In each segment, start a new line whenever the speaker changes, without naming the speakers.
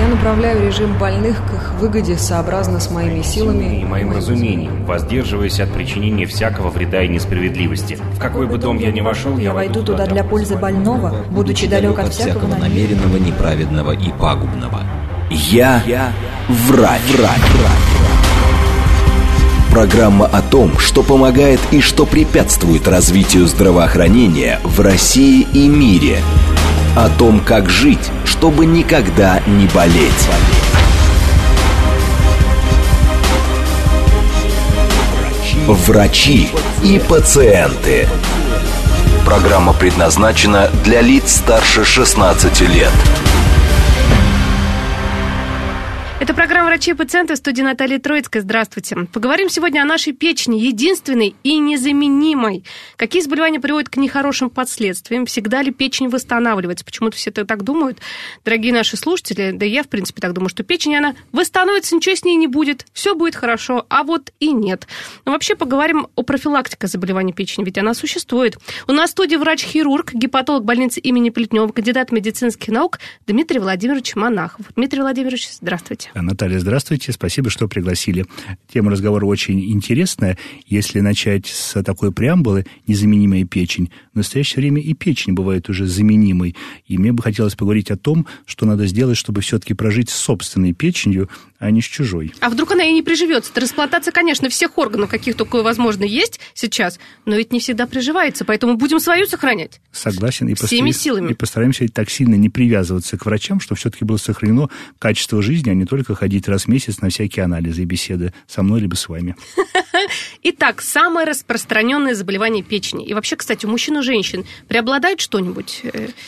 Я направляю режим больных к их выгоде сообразно с моими силами
и моим разумением, воздерживаясь от причинения всякого вреда и несправедливости. В какой бы дом я ни вошел,
я войду туда для пользы больного, будучи далек от всякого
намеренного, неправедного и пагубного. Я врач. Программа о том, что помогает и что препятствует развитию здравоохранения в России и мире. О том, как жить, чтобы никогда не болеть. Врачи и пациенты. Программа предназначена для лиц старше 16 лет.
Это программа «Врачи и пациенты», в студии Наталья Троицкая. Здравствуйте. Поговорим сегодня о нашей печени, единственной и незаменимой. Какие заболевания приводят к нехорошим последствиям? Всегда ли печень восстанавливается? Почему-то все так думают. Дорогие наши слушатели, да и я, в принципе, так думаю, что печень, она восстановится, ничего с ней не будет, все будет хорошо, а вот и нет. Но вообще поговорим о профилактике заболеваний печени, ведь она существует. У нас в студии врач-хирург, гепатолог больницы имени Плетнева, кандидат медицинских наук Дмитрий Владимирович Монахов. Дмитрий Владимирович, здравствуйте.
Наталья, здравствуйте. Спасибо, что пригласили. Тема разговора очень интересная. Если начать с такой преамбулы «незаменимая печень», в настоящее время и печень бывает уже заменимой. И мне бы хотелось поговорить о том, что надо сделать, чтобы все-таки прожить с собственной печенью, а не с чужой.
А вдруг она и не приживется? Трансплантация, конечно, всех органов, каких только возможно, есть сейчас, но ведь не всегда приживается, поэтому будем свою сохранять.
Согласен.
Всеми силами.
И постараемся так сильно не привязываться к врачам, чтобы все-таки было сохранено качество жизни, а не только ходить раз в месяц на всякие анализы и беседы со мной либо с вами.
Итак, самое распространенное заболевание печени. И вообще, кстати, у мужчин и женщин преобладает что-нибудь?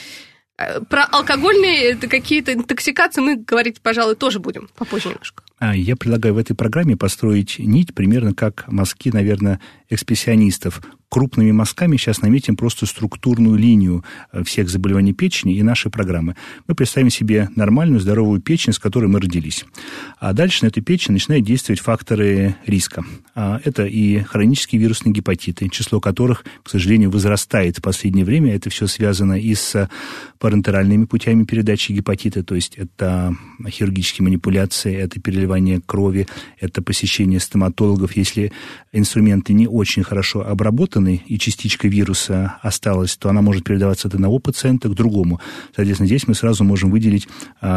Про алкогольные какие-то интоксикации мы говорить, пожалуй, тоже будем попозже немножко.
Я предлагаю в этой программе построить нить примерно как мазки, наверное, экспрессионистов. Крупными мазками сейчас наметим просто структурную линию всех заболеваний печени и нашей программы. Мы представим себе нормальную, здоровую печень, с которой мы родились. А дальше на эту печень начинают действовать факторы риска. Это и хронические вирусные гепатиты, число которых, к сожалению, возрастает в последнее время. Это все связано и с парентеральными путями передачи гепатита, то есть это хирургические манипуляции, это переливание крови, это посещение стоматологов. Если инструменты не очень хорошо обработаны и частичка вируса осталась, то она может передаваться от одного пациента к другому. Соответственно, здесь мы сразу можем выделить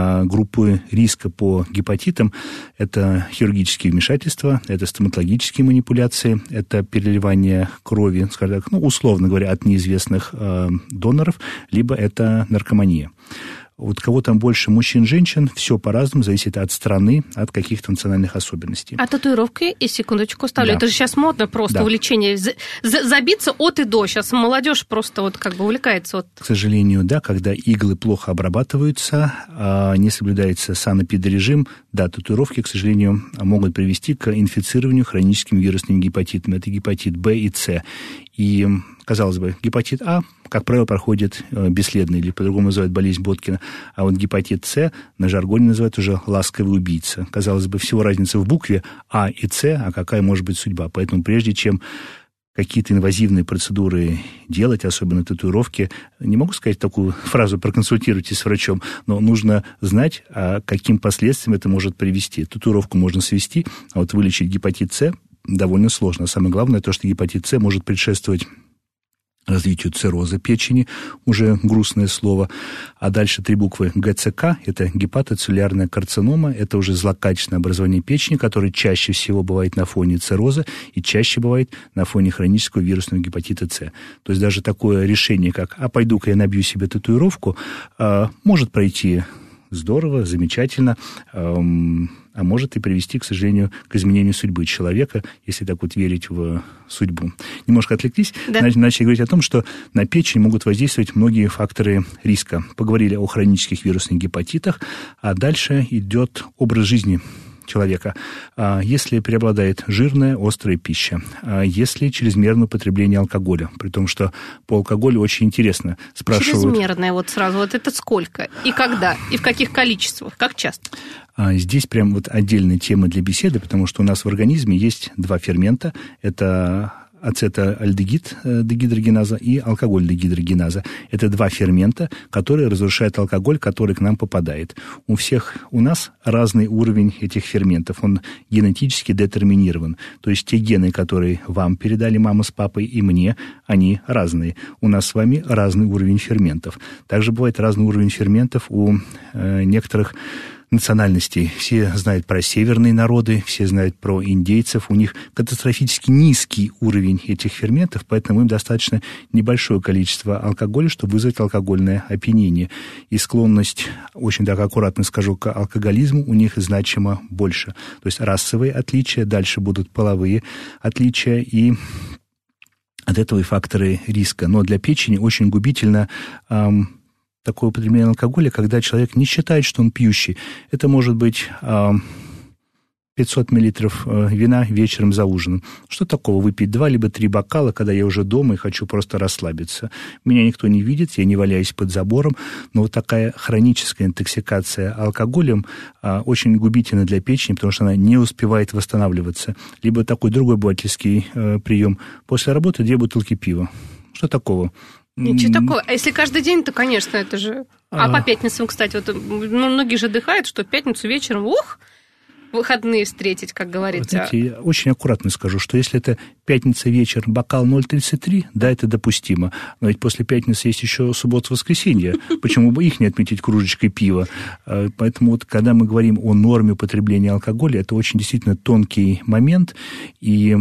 группы риска по гепатитам. Это хирургические вмешательства, это стоматологические манипуляции, это переливание крови, скажем так, условно говоря, от неизвестных доноров, либо это наркомания. Вот кого там больше, мужчин, женщин, все по-разному, зависит от страны, от каких-то национальных особенностей.
А татуировки, и секундочку ставлю,
да.
Это же сейчас модно просто, увлечение, забиться от и до. Сейчас молодежь просто вот как бы увлекается от...
К сожалению, да, когда иглы плохо обрабатываются, не соблюдается санэпидрежим, да, татуировки, к сожалению, могут привести к инфицированию хроническими вирусными гепатитами. Это гепатит Б и С. И, казалось бы, гепатит А, как правило, проходит бесследно, или по-другому называют болезнь Боткина. А вот гепатит С на жаргоне называют уже ласковый убийца. Казалось бы, всего разница в букве А и С, а какая может быть судьба. Поэтому прежде чем какие-то инвазивные процедуры делать, особенно татуировки, не могу сказать такую фразу «проконсультируйтесь с врачом», но нужно знать, каким последствиям это может привести. Татуировку можно свести, а вот вылечить гепатит С довольно сложно. Самое главное то, что гепатит С может предшествовать развитию цирроза печени, уже грустное слово. А дальше 3 буквы ГЦК, это гепатоцеллюлярная карцинома, это уже злокачественное образование печени, которое чаще всего бывает на фоне цирроза и чаще бывает на фоне хронического вирусного гепатита С. То есть даже такое решение, как «а пойду-ка я набью себе татуировку», может пройти здорово, замечательно, а может и привести, к сожалению, к изменению судьбы человека, если так вот верить в судьбу. Немножко отвлеклись, да. Начали говорить о том, что на печень могут воздействовать многие факторы риска. Поговорили о хронических вирусных гепатитах, а дальше идет образ жизни человека. Если преобладает жирная, острая пища, если чрезмерное употребление алкоголя, при том, что по алкоголю очень интересно спрашивают...
Чрезмерное вот сразу, вот это сколько, и когда, и в каких количествах, как часто?
Здесь прям вот отдельная тема для беседы, потому что у нас в организме есть 2 фермента. Это ацетоальдегид дегидрогеназа и алкоголь-дегидрогеназа. Это два фермента, которые разрушают алкоголь, который к нам попадает. У нас разный уровень этих ферментов. Он генетически детерминирован. То есть те гены, которые вам передали мама с папой и мне, они разные. У нас с вами разный уровень ферментов. Также бывает разный уровень ферментов у некоторых национальностей. Все знают про северные народы, все знают про индейцев. У них катастрофически низкий уровень этих ферментов, поэтому им достаточно небольшое количество алкоголя, чтобы вызвать алкогольное опьянение. И склонность, очень так аккуратно скажу, к алкоголизму у них значимо больше. То есть расовые отличия, дальше будут половые отличия и от этого и факторы риска. Но для печени очень губительно такое употребление алкоголя, когда человек не считает, что он пьющий. Это может быть 500 миллилитров вина вечером за ужином. Что такого выпить 2 либо 3 бокала, когда я уже дома и хочу просто расслабиться? Меня никто не видит, я не валяюсь под забором, но вот такая хроническая интоксикация алкоголем очень губительна для печени, потому что она не успевает восстанавливаться. Либо такой другой обывательский прием. После работы 2 бутылки пива. Что такого?
Ничего такого. А если каждый день, то, конечно, это же... А по пятницам, кстати, вот многие же отдыхают, что в пятницу вечером, выходные встретить, как говорится.
Знаете, я очень аккуратно скажу, что если это пятница вечер, бокал 0,33, да, это допустимо. Но ведь после пятницы есть еще суббота-воскресенье. Почему бы их не отметить кружечкой пива? Поэтому вот, когда мы говорим о норме употребления алкоголя, это очень действительно тонкий момент, и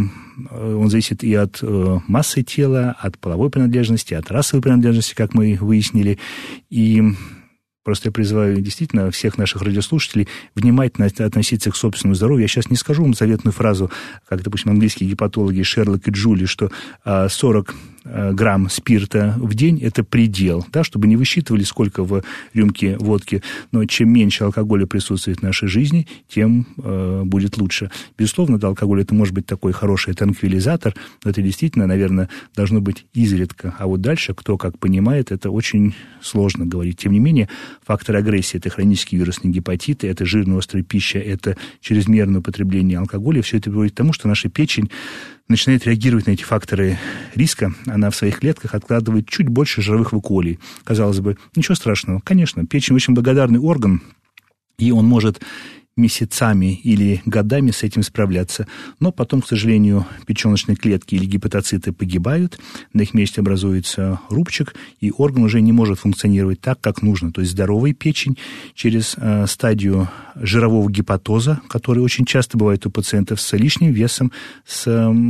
он зависит и от массы тела, от половой принадлежности, от расовой принадлежности, как мы выяснили, и... Просто я призываю действительно всех наших радиослушателей внимательно относиться к собственному здоровью. Я сейчас не скажу вам заветную фразу, как, допустим, английские гепатологи Шерлок и Джули, что 40 грамм спирта в день – это предел, да, чтобы не высчитывали, сколько в рюмке водки. Но чем меньше алкоголя присутствует в нашей жизни, тем будет лучше. Безусловно, да, алкоголь – это может быть такой хороший транквилизатор, но это действительно, наверное, должно быть изредка. А вот дальше, кто как понимает, это очень сложно говорить. Тем не менее, факторы агрессии – это хронические вирусные гепатиты, это жирная острая пища, это чрезмерное употребление алкоголя. Все это приводит к тому, что наша печень начинает реагировать на эти факторы риска. Она в своих клетках откладывает чуть больше жировых вакуолей. Казалось бы, ничего страшного. Конечно, печень очень благодарный орган, и он может месяцами или годами с этим справляться. Но потом, к сожалению, печеночные клетки или гепатоциты погибают, на их месте образуется рубчик, и орган уже не может функционировать так, как нужно. То есть здоровая печень через стадию жирового гепатоза, который очень часто бывает у пациентов с лишним весом, с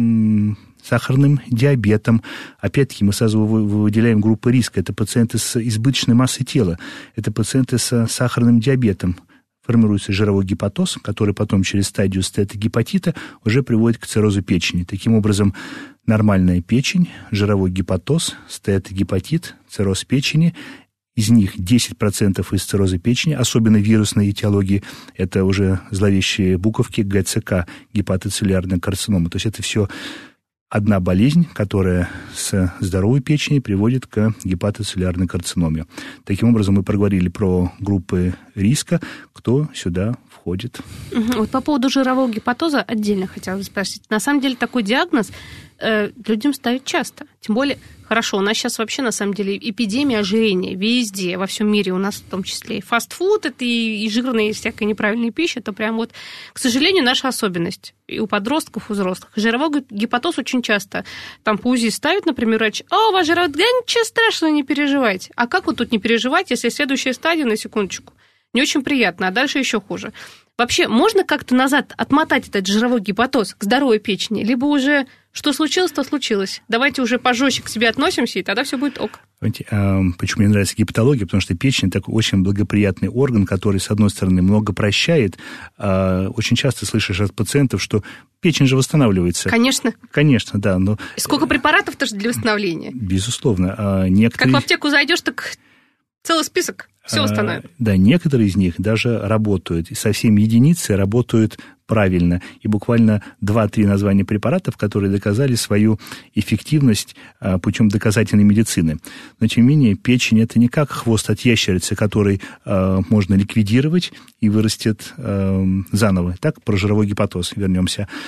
сахарным диабетом. Опять-таки, мы сразу выделяем группы риска. Это пациенты с избыточной массой тела, это пациенты с сахарным диабетом. Формируется жировой гепатоз, который потом через стадию стеатогепатита уже приводит к циррозу печени. Таким образом, нормальная печень, жировой гепатоз, стеатогепатит, цирроз печени, из них 10% из цирроза печени, особенно вирусной этиологии, это уже зловещие буковки ГЦК, гепатоцеллюлярная карцинома. То есть это все одна болезнь, которая с здоровой печенью приводит к гепатоцеллюлярной карциноме. Таким образом, мы проговорили про группы риска, кто сюда входит.
Вот по поводу жирового гепатоза отдельно хотела бы спросить. На самом деле такой диагноз людям ставят часто. Тем более, хорошо, у нас сейчас вообще на самом деле эпидемия ожирения везде, во всем мире у нас в том числе и фастфуд, это и жирная, и всякая неправильная пища, это прям вот, к сожалению, наша особенность. И у подростков, у взрослых. Жировой гепатоз очень часто там по УЗИ ставят, например, врач, у вас жировой, да ничего страшного, не переживайте. А как вот тут не переживать, если следующая стадия, на секундочку, не очень приятно, а дальше еще хуже. Вообще, можно как-то назад отмотать этот жировой гепатоз к здоровой печени, либо уже что случилось, то случилось. Давайте уже пожестче к себе относимся, и тогда все будет ок.
Понимаете, почему мне нравится гепатология? Потому что печень – такой очень благоприятный орган, который, с одной стороны, много прощает. Очень часто слышишь от пациентов, что печень же восстанавливается.
Конечно.
Конечно, да. Но...
И сколько препаратов тоже для восстановления?
Безусловно.
Как в аптеку зайдешь, так целый список. Все восстановит.
Да, некоторые из них даже работают. И совсем единицы работают правильно. И буквально 2-3 названия препаратов, которые доказали свою эффективность путем доказательной медицины. Но, тем не менее, печень – это не как хвост от ящерицы, который можно ликвидировать и вырастет заново. Так, про жировой гепатоз вернемся.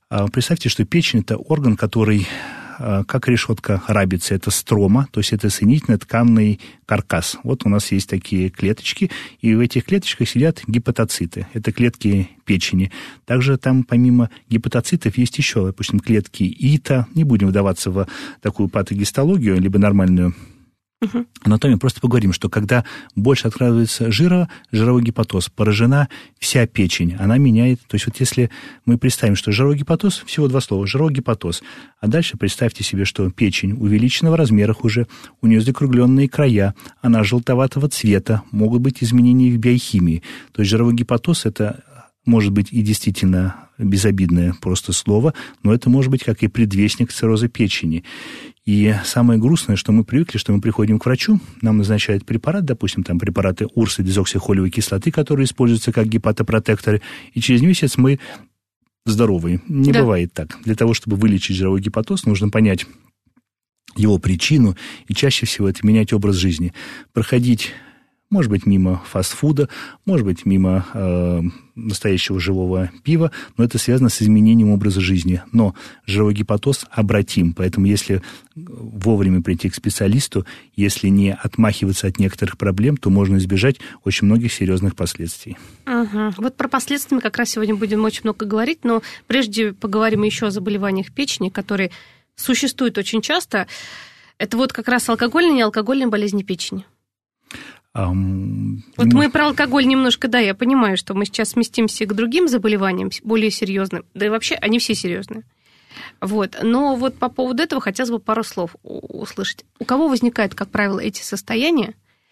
Представьте, что печень – это орган, который, как решетка рабицы, это строма, то есть это соединительно-тканный каркас. Вот у нас есть такие клеточки, и в этих клеточках сидят гепатоциты. Это клетки печени. Также там помимо гепатоцитов есть еще, допустим, клетки ИТа. Не будем вдаваться в такую патогистологию, либо нормальную анатомию, просто поговорим, что когда больше откладывается жира, жировой гепатоз, поражена вся печень, она меняет, то есть вот если мы представим, что жировой гепатоз, всего два слова, жировой гепатоз, а дальше представьте себе, что печень увеличена в размерах уже, у нее закругленные края, она желтоватого цвета, могут быть изменения в биохимии, то есть жировой гепатоз это может быть и действительно безобидное просто слово, но это может быть как и предвестник цирроза печени. И самое грустное, что мы привыкли, что мы приходим к врачу, нам назначают препарат, допустим, там препараты урсы, дезоксихолевой кислоты, которые используются как гепатопротекторы, и через месяц мы здоровые. Не бывает так. Для того, чтобы вылечить жировой гепатоз, нужно понять его причину, и чаще всего это менять образ жизни. Проходить, может быть, мимо фастфуда, может быть, мимо настоящего живого пива, но это связано с изменением образа жизни. Но жировой гепатоз обратим, поэтому если вовремя прийти к специалисту, если не отмахиваться от некоторых проблем, то можно избежать очень многих серьезных последствий.
Вот про последствия мы как раз сегодня будем очень много говорить, но прежде поговорим еще о заболеваниях печени, которые существуют очень часто. Это вот как раз алкогольные и неалкогольные болезни печени. Вот мы про алкоголь немножко, да, я понимаю, что мы сейчас сместимся к другим заболеваниям, более серьезным, да и вообще они все серьезные. Вот. Но вот по поводу этого хотелось бы пару слов услышать. У кого возникают, как правило, эти состояния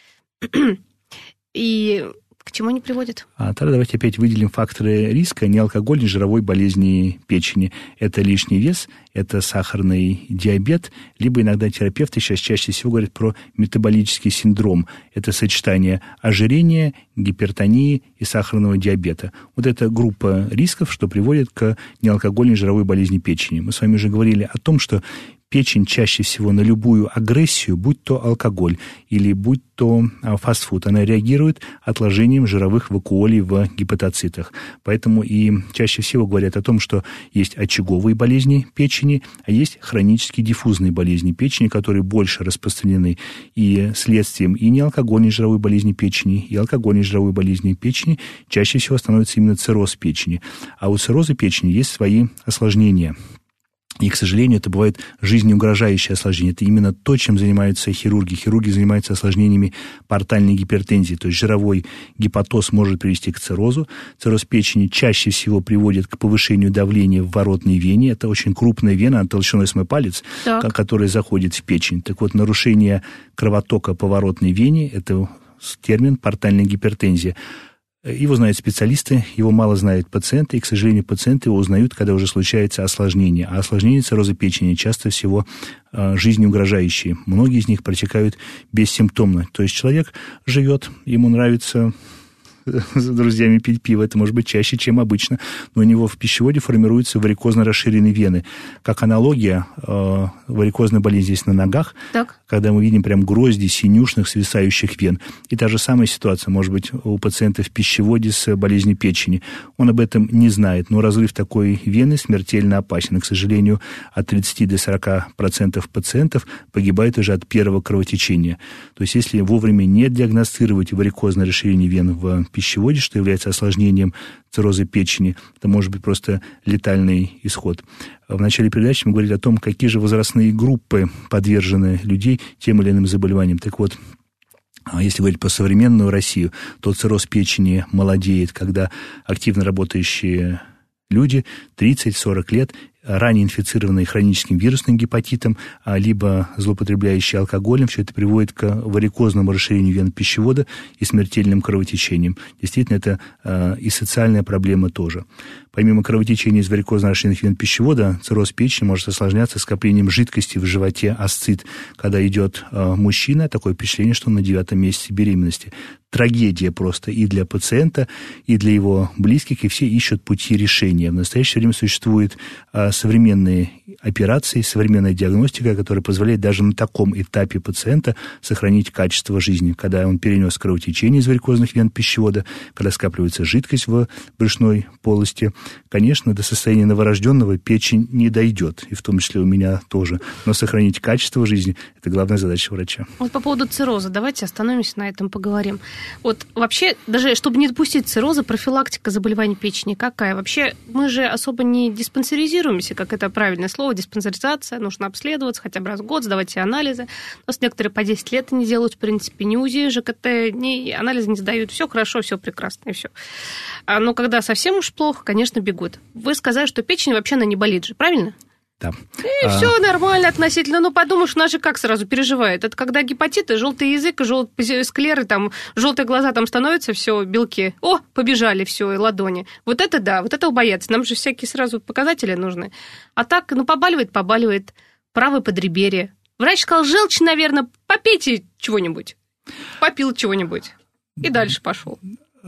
и к чему они приводят?
Тогда давайте опять выделим факторы риска неалкогольной жировой болезни печени. Это лишний вес, это сахарный диабет, либо иногда терапевты сейчас чаще всего говорят про метаболический синдром. Это сочетание ожирения, гипертонии и сахарного диабета. Вот это группа рисков, что приводит к неалкогольной жировой болезни печени. Мы с вами уже говорили о том, что печень чаще всего на любую агрессию, будь то алкоголь или будь то фастфуд, она реагирует отложением жировых вакуолей в гепатоцитах. Поэтому и чаще всего говорят о том, что есть очаговые болезни печени, а есть хронические диффузные болезни печени, которые больше распространены. И следствием и неалкогольной жировой болезни печени, и алкогольной жировой болезни печени чаще всего становится именно цирроз печени. А у цирроза печени есть свои осложнения. И, к сожалению, это бывает жизнеугрожающее осложнение. Это именно то, чем занимаются хирурги. Хирурги занимаются осложнениями портальной гипертензии. То есть жировой гепатоз может привести к циррозу. Цирроз печени чаще всего приводит к повышению давления в воротной вене. Это очень крупная вена, она толщиной с мой палец, которая заходит в печень. Так вот, нарушение кровотока по воротной вене – это термин портальная гипертензия. Его знают специалисты, его мало знают пациенты, и, к сожалению, пациенты его узнают, когда уже случается осложнение. А осложнения цирроза печени часто всего жизнеугрожающие. Многие из них протекают бессимптомно. То есть человек живет, ему нравится с друзьями пить пиво, это может быть чаще, чем обычно, но у него в пищеводе формируются варикозно-расширенные вены. Как аналогия, варикозная болезнь здесь на ногах, когда мы видим прям грозди синюшных свисающих вен. И та же самая ситуация может быть у пациента в пищеводе с болезнью печени. Он об этом не знает, но разрыв такой вены смертельно опасен. И, к сожалению, от 30 до 40% пациентов погибает уже от первого кровотечения. То есть, если вовремя не диагностировать варикозное расширение вен в пищеводе, что является осложнением цирроза печени, это может быть просто летальный исход. В начале передачи мы говорили о том, какие же возрастные группы подвержены людей тем или иным заболеваниям. Так вот, если говорить про современную Россию, то цирроз печени молодеет, когда активно работающие люди 30-40 лет, ранее инфицированные хроническим вирусным гепатитом, либо злоупотребляющие алкоголем, все это приводит к варикозному расширению вен пищевода и смертельным кровотечениям. Действительно, это и социальная проблема тоже. Помимо кровотечения из варикозно расширенных вен пищевода, цирроз печени может осложняться скоплением жидкости в животе, асцит. Когда идет мужчина, такое впечатление, что он на 9-м месяце беременности. трагедия просто и для пациента, и для его близких, и все ищут пути решения. В настоящее время существуют современные операции, современная диагностика, которая позволяет даже на таком этапе пациента сохранить качество жизни, когда он перенес кровотечение из варикозных вен пищевода, когда скапливается жидкость в брюшной полости. Конечно, до состояния новорожденного печень не дойдет, и в том числе у меня тоже. Но сохранить качество жизни – это главная задача врача.
Вот по поводу цирроза, давайте остановимся на этом, поговорим. Вот вообще, даже чтобы не допустить цирроза, профилактика заболеваний печени какая? Вообще, мы же особо не диспансеризируемся, как это правильное слово, диспансеризация, нужно обследоваться хотя бы раз в год, сдавать все анализы. У нас некоторые по 10 лет не делают, в принципе, ни УЗИ, ЖКТ, ни анализы не сдают. Все хорошо, все прекрасно, и все. Но когда совсем уж плохо, конечно, бегут. Вы сказали, что печень вообще она не болит же, правильно?
Да.
И все нормально относительно. Ну, подумаешь, у нас же как сразу переживает. Это когда гепатиты, желтый язык, склеры, там, желтые глаза, там становятся все белки. О, побежали все, и ладони. Вот это да, вот этого бояться. Нам же всякие сразу показатели нужны. А так, ну, побаливает. Правое подреберье. Врач сказал, желчь, наверное, попейте чего-нибудь. Попил чего-нибудь. И дальше пошел.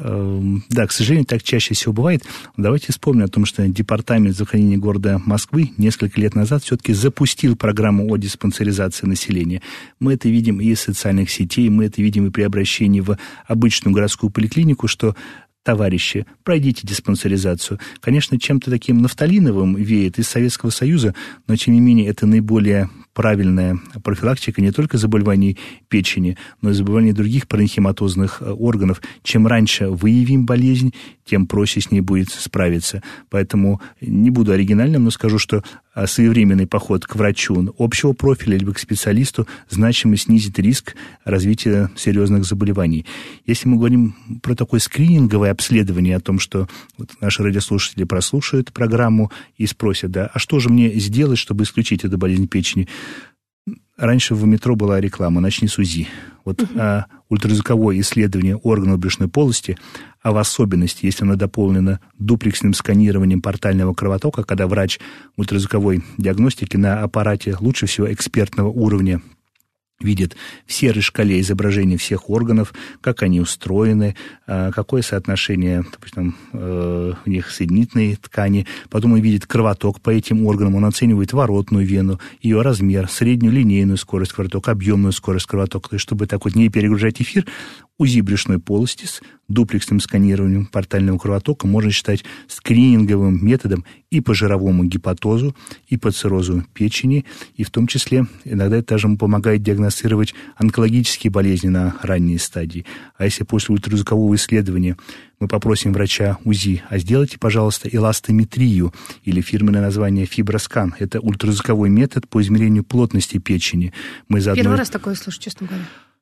Да, к сожалению, так чаще всего бывает. Давайте вспомним о том, что Департамент здравоохранения города Москвы несколько лет назад все-таки запустил программу о диспансеризации населения. Мы это видим и из социальных сетей, мы это видим и при обращении в обычную городскую поликлинику, что товарищи, пройдите диспансеризацию. Конечно, чем-то таким нафталиновым веет из Советского Союза, но, тем не менее, это наиболее правильная профилактика не только заболеваний печени, но и заболеваний других паренхематозных органов. Чем раньше выявим болезнь, тем проще с ней будет справиться. Поэтому не буду оригинальным, но скажу, что своевременный поход к врачу общего профиля либо к специалисту значимо снизит риск развития серьезных заболеваний. Если мы говорим про такое скрининговое обследование, о том, что вот наши радиослушатели прослушают программу и спросят, да, а что же мне сделать, чтобы исключить эту болезнь печени? Раньше в метро была реклама «Начни с УЗИ». Вот ультразвуковое исследование органов брюшной полости, а в особенности, если оно дополнено дуплексным сканированием портального кровотока, когда врач ультразвуковой диагностики на аппарате лучше всего экспертного уровня видит в серой шкале изображения всех органов, как они устроены, какое соотношение, допустим, в них соединительной ткани. Потом он видит кровоток по этим органам, он оценивает воротную вену, ее размер, среднюю линейную скорость кровотока, объемную скорость кровотока. То есть, чтобы так вот не перегружать эфир, УЗИ брюшной полости с дуплексным сканированием портального кровотока можно считать скрининговым методом и по жировому гепатозу, и по циррозу печени, и в том числе иногда это даже помогает диагностировать онкологические болезни на ранней стадии. А если после ультразвукового исследования мы попросим врача УЗИ, а сделайте, пожалуйста, эластометрию, или фирменное название фиброскан. Это ультразвуковой метод по измерению плотности печени.
Первый раз такое слышу, честно говоря.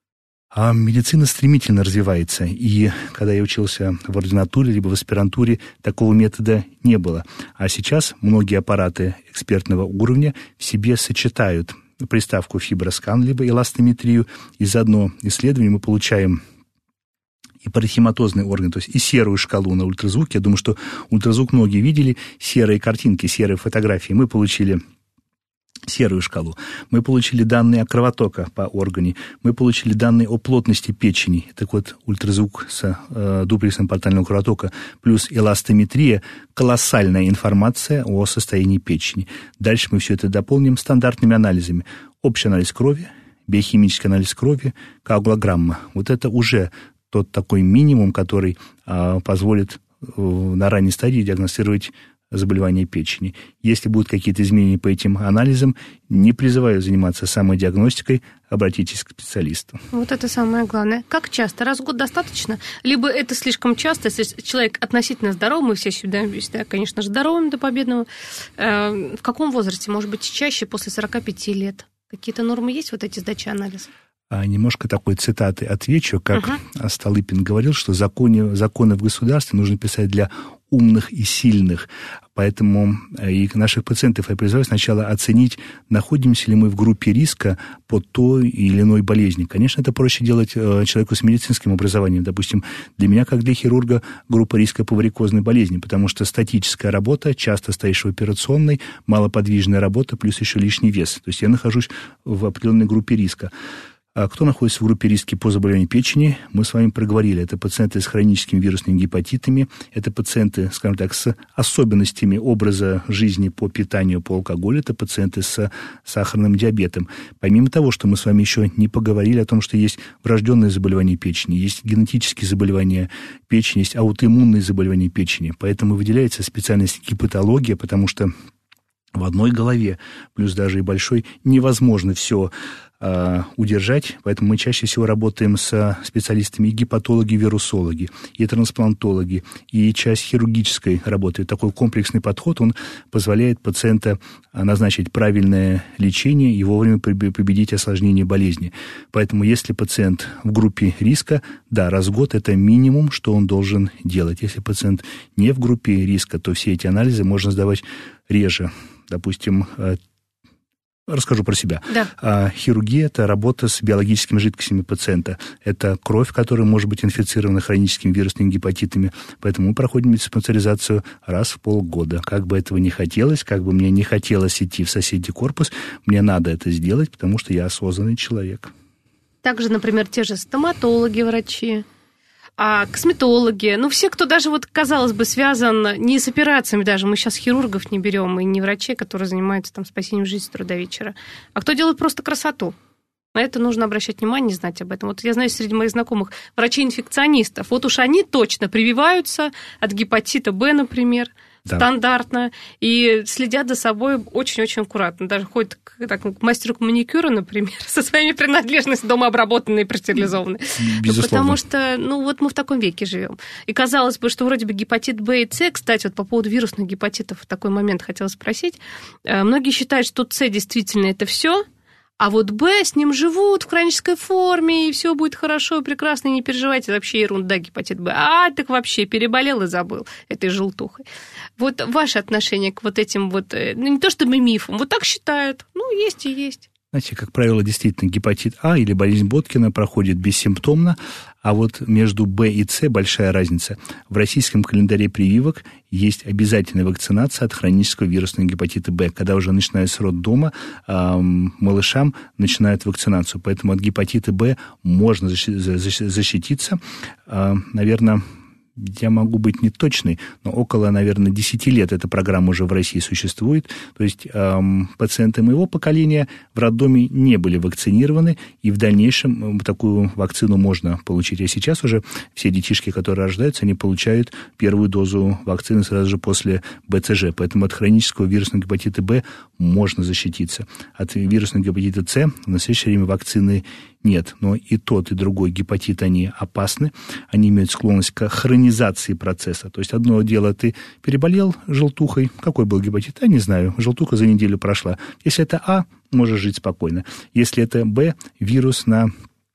А медицина стремительно развивается, и когда я учился в ординатуре либо в аспирантуре, такого метода не было. А сейчас многие аппараты экспертного уровня в себе сочетают приставку фиброскан либо эластометрию, и за одно исследование мы получаем и паренхематозный орган, то есть и серую шкалу на ультразвуке. Я думаю, что ультразвук многие видели, серые картинки, серые фотографии. Мы получили серую шкалу. Мы получили данные о кровотоке по органе. Мы получили данные о плотности печени. Так вот, ультразвук с дуплексом портального кровотока плюс эластометрия – колоссальная информация о состоянии печени. Дальше мы все это дополним стандартными анализами. Общий анализ крови, биохимический анализ крови, коагулограмма. Вот это уже тот такой минимум, который позволит на ранней стадии диагностировать заболевания печени. Если будут какие-то изменения по этим анализам, не призываю заниматься самодиагностикой, обратитесь к специалисту.
Вот это самое главное. Как часто? Раз в год достаточно? Либо это слишком часто, если человек относительно здоров, мы все всегда, конечно же, здоровым до победного. В каком возрасте? Может быть, чаще, после 45 лет? Какие-то нормы есть, вот эти сдачи анализов?
Немножко такой цитаты отвечу, как Столыпин говорил, что законы в государстве нужно писать для умных и сильных. Поэтому и наших пациентов я призываю сначала оценить, находимся ли мы в группе риска по той или иной болезни. Конечно, это проще делать человеку с медицинским образованием. Допустим, для меня, как для хирурга, группа риска по варикозной болезни, потому что статическая работа, часто стоишь в операционной, малоподвижная работа, плюс еще лишний вес. То есть я нахожусь в определенной группе риска. Кто находится в группе риска по заболеванию печени, мы с вами проговорили. Это пациенты с хроническими вирусными гепатитами, это пациенты, скажем так, с особенностями образа жизни по питанию, по алкоголю, это пациенты с сахарным диабетом. Помимо того, что мы с вами еще не поговорили о том, что есть врожденные заболевания печени, есть генетические заболевания печени, есть аутоиммунные заболевания печени. Поэтому выделяется специальность гепатология, потому что в одной голове, плюс даже и большой, невозможно все удержать, поэтому мы чаще всего работаем с специалистами и гепатологи, и вирусологи, и трансплантологи, и часть хирургической работы. Такой комплексный подход, он позволяет пациента назначить правильное лечение и вовремя победить осложнение болезни. Поэтому если пациент в группе риска, да, раз в год это минимум, что он должен делать. Если пациент не в группе риска, то все эти анализы можно сдавать реже. Допустим, расскажу про себя. Да. Хирургия – это работа с биологическими жидкостями пациента. Это кровь, которая может быть инфицирована хроническими вирусными гепатитами. Поэтому мы проходим диспансеризацию раз в полгода. Как бы этого не хотелось, как бы мне не хотелось идти в соседний корпус, мне надо это сделать, потому что я осознанный человек.
Также, например, те же стоматологи, врачи, косметологи, все, кто даже, казалось бы, связан не с операциями даже, мы сейчас хирургов не берем, и не врачей, которые занимаются спасением жизни с утра до вечера, а кто делает просто красоту. На это нужно обращать внимание, знать об этом. Я знаю среди моих знакомых врачей-инфекционистов, уж они точно прививаются от гепатита Б, например, да, стандартно, и следят за собой очень-очень аккуратно. Даже ходят к мастеру маникюра, например, со своими принадлежностями дома обработанные и простерилизованные. Потому что, мы в таком веке живем. И казалось бы, что вроде бы гепатит Б и С, кстати, по поводу вирусных гепатитов в такой момент хотела спросить. Многие считают, что С действительно это все, а Б с ним живут в хронической форме, и все будет хорошо и прекрасно, и не переживайте, вообще ерунда, гепатит Б. Так вообще переболел и забыл этой желтухой. Ваше отношение к этим не то чтобы мифам, так считают, есть и есть.
Знаете, как правило, действительно гепатит А или болезнь Боткина проходит бессимптомно, а между Б и С большая разница. В российском календаре прививок есть обязательная вакцинация от хронического вирусного гепатита Б. Когда уже начиная с роддома, малышам начинают вакцинацию. Поэтому от гепатита Б можно защититься, наверное, я могу быть неточной, но около, наверное, 10 лет эта программа уже в России существует. То есть пациенты моего поколения в роддоме не были вакцинированы, и в дальнейшем такую вакцину можно получить. А сейчас уже все детишки, которые рождаются, они получают первую дозу вакцины сразу же после БЦЖ. Поэтому от хронического вирусного гепатита Б можно защититься. От вирусного гепатита С в настоящее время вакцины нет, но и тот, и другой гепатит, они опасны, они имеют склонность к хронизации процесса. То есть одно дело, ты переболел желтухой, какой был гепатит, не знаю, желтуха за неделю прошла. Если это А, можешь жить спокойно. Если это Б, вирус на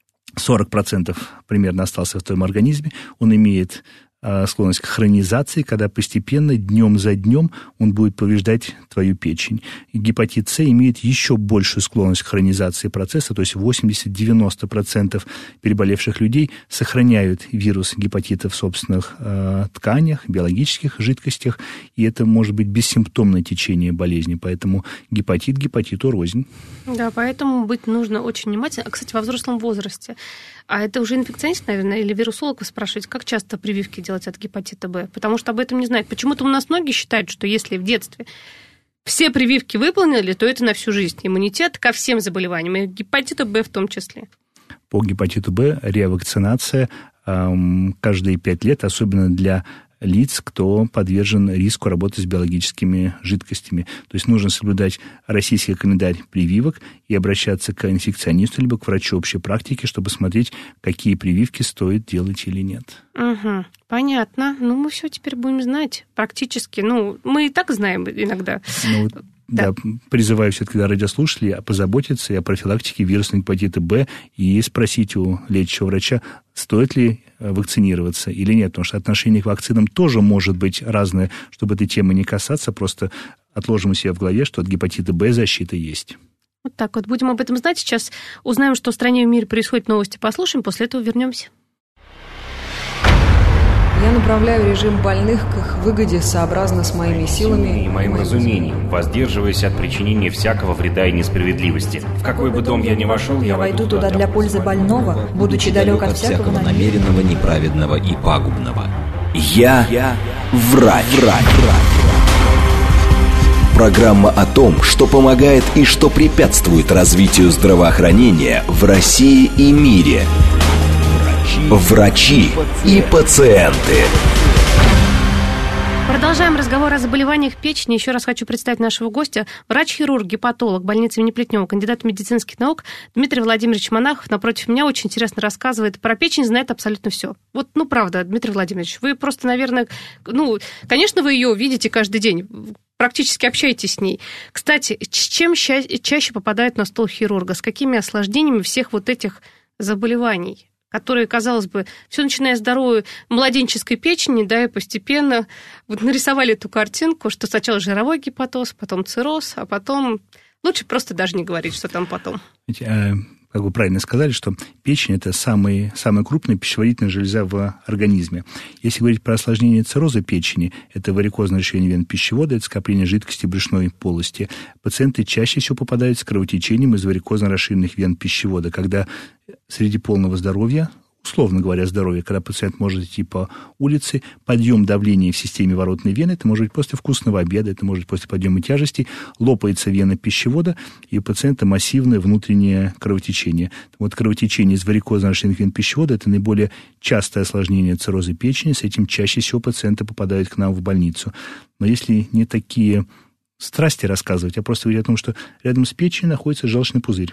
40% примерно остался в твоем организме, он имеет склонность к хронизации, когда постепенно, днем за днем, он будет повреждать твою печень. И гепатит С имеет еще большую склонность к хронизации процесса, то есть 80-90% переболевших людей сохраняют вирус гепатита в собственных тканях, биологических жидкостях, и это может быть бессимптомное течение болезни, поэтому гепатит гепатиту рознь.
Да, поэтому быть нужно очень внимательно. Кстати, во взрослом возрасте, а это уже инфекционист, наверное, или вирусолог, вы спрашиваете, как часто прививки делать от гепатита Б? Потому что об этом не знают. Почему-то у нас многие считают, что если в детстве все прививки выполнили, то это на всю жизнь. Иммунитет ко всем заболеваниям, и гепатиту Б в том числе.
По гепатиту Б ревакцинация каждые 5 лет, особенно для лиц, кто подвержен риску работы с биологическими жидкостями. То есть нужно соблюдать российский календарь прививок и обращаться к инфекционисту либо к врачу общей практики, чтобы смотреть, какие прививки стоит делать или нет.
Угу, понятно. Мы все теперь будем знать практически. Мы и так знаем иногда.
Да, призываю все-таки радиослушателей позаботиться и о профилактике вирусного гепатита Б и спросить у лечащего врача, стоит ли вакцинироваться или нет, потому что отношение к вакцинам тоже может быть разное. Чтобы этой темы не касаться, просто отложим у себя в голове, что от гепатита Б защита есть.
Вот так вот. Будем об этом знать. Сейчас узнаем, что в стране и в мире происходит, новости послушаем, после этого вернемся.
Я направляю режим больных к их выгоде сообразно с моими силами
и моим разумением, воздерживаясь от причинения всякого вреда и несправедливости. В какой бы дом я ни вошел,
Я войду туда для пользы больного, будучи далек от всякого
намеренного, неправедного и пагубного. Я врач. Программа о том, что помогает и что препятствует развитию здравоохранения в России и мире. Врачи и пациенты.
Продолжаем разговор о заболеваниях печени. Еще раз хочу представить нашего гостя. Врач-хирург, гепатолог больницы имени Плетнева, кандидат медицинских наук Дмитрий Владимирович Монахов. Напротив меня очень интересно рассказывает. Про печень знает абсолютно все. Вот, правда, Дмитрий Владимирович, вы просто, наверное, конечно, вы ее видите каждый день, практически общаетесь с ней. Кстати, с чем чаще попадает на стол хирурга? С какими осложнениями всех вот этих заболеваний, которые, казалось бы, все начиная с здоровой младенческой печени, да, и постепенно вот нарисовали эту картинку, что сначала жировой гепатоз, потом цирроз, а потом лучше просто даже не говорить, что там потом.
Как вы правильно сказали, что печень – это самая крупная пищеварительная железа в организме. Если говорить про осложнение цирроза печени, это варикозное расширение вен пищевода, это скопление жидкости в брюшной полости. Пациенты чаще всего попадают с кровотечением из варикозно расширенных вен пищевода, когда среди полного здоровья, условно говоря, здоровье, когда пациент может идти по улице, подъем давления в системе воротной вены, это может быть после вкусного обеда, это может быть после подъема тяжестей, лопается вена пищевода, и у пациента массивное внутреннее кровотечение. Вот кровотечение из варикозно расширенных вен пищевода – это наиболее частое осложнение цирроза печени, с этим чаще всего пациенты попадают к нам в больницу. Но если не такие страсти рассказывать, а просто говорить о том, что рядом с печенью находится желчный пузырь.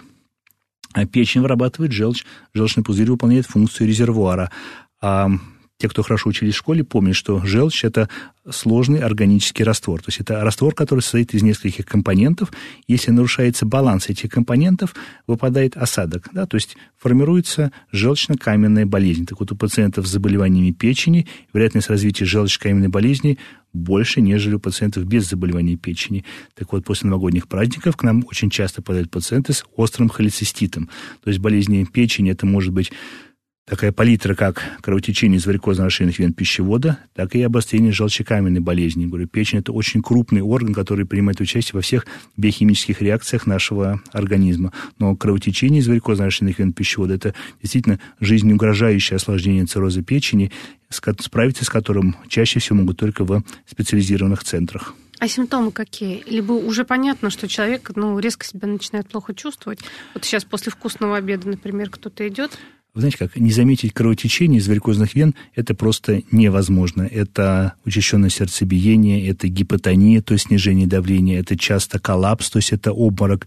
А печень вырабатывает желчь, желчный пузырь выполняет функцию резервуара. А те, кто хорошо учились в школе, помнят, что желчь – это сложный органический раствор. То есть это раствор, который состоит из нескольких компонентов. Если нарушается баланс этих компонентов, выпадает осадок. Да? То есть формируется желчно-каменная болезнь. Так вот, у пациентов с заболеваниями печени вероятность развития желчно-каменной болезни больше, нежели у пациентов без заболеваний печени. Так вот, после новогодних праздников к нам очень часто попадают пациенты с острым холециститом. То есть болезни печени – это может быть такая палитра, как кровотечение из варикозно расширенных вен пищевода, так и обострение желчекаменной болезни. Говорю, печень – это очень крупный орган, который принимает участие во всех биохимических реакциях нашего организма. Но кровотечение из варикозно расширенных вен пищевода – это действительно жизнеугрожающее осложнение цирроза печени, справиться с которым чаще всего могут только в специализированных центрах.
А симптомы какие? Либо уже понятно, что человек резко себя начинает плохо чувствовать. Вот сейчас после вкусного обеда, например, кто-то идет.
Вы знаете как, не заметить кровотечение из варикозных вен – это просто невозможно. Это учащенное сердцебиение, это гипотония, то есть снижение давления, это часто коллапс, то есть это обморок,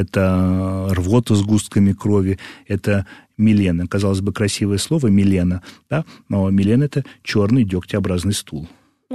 это рвота с сгустками крови, это милена. Казалось бы, красивое слово милена, да? Но милена – это черный дегтеобразный стул.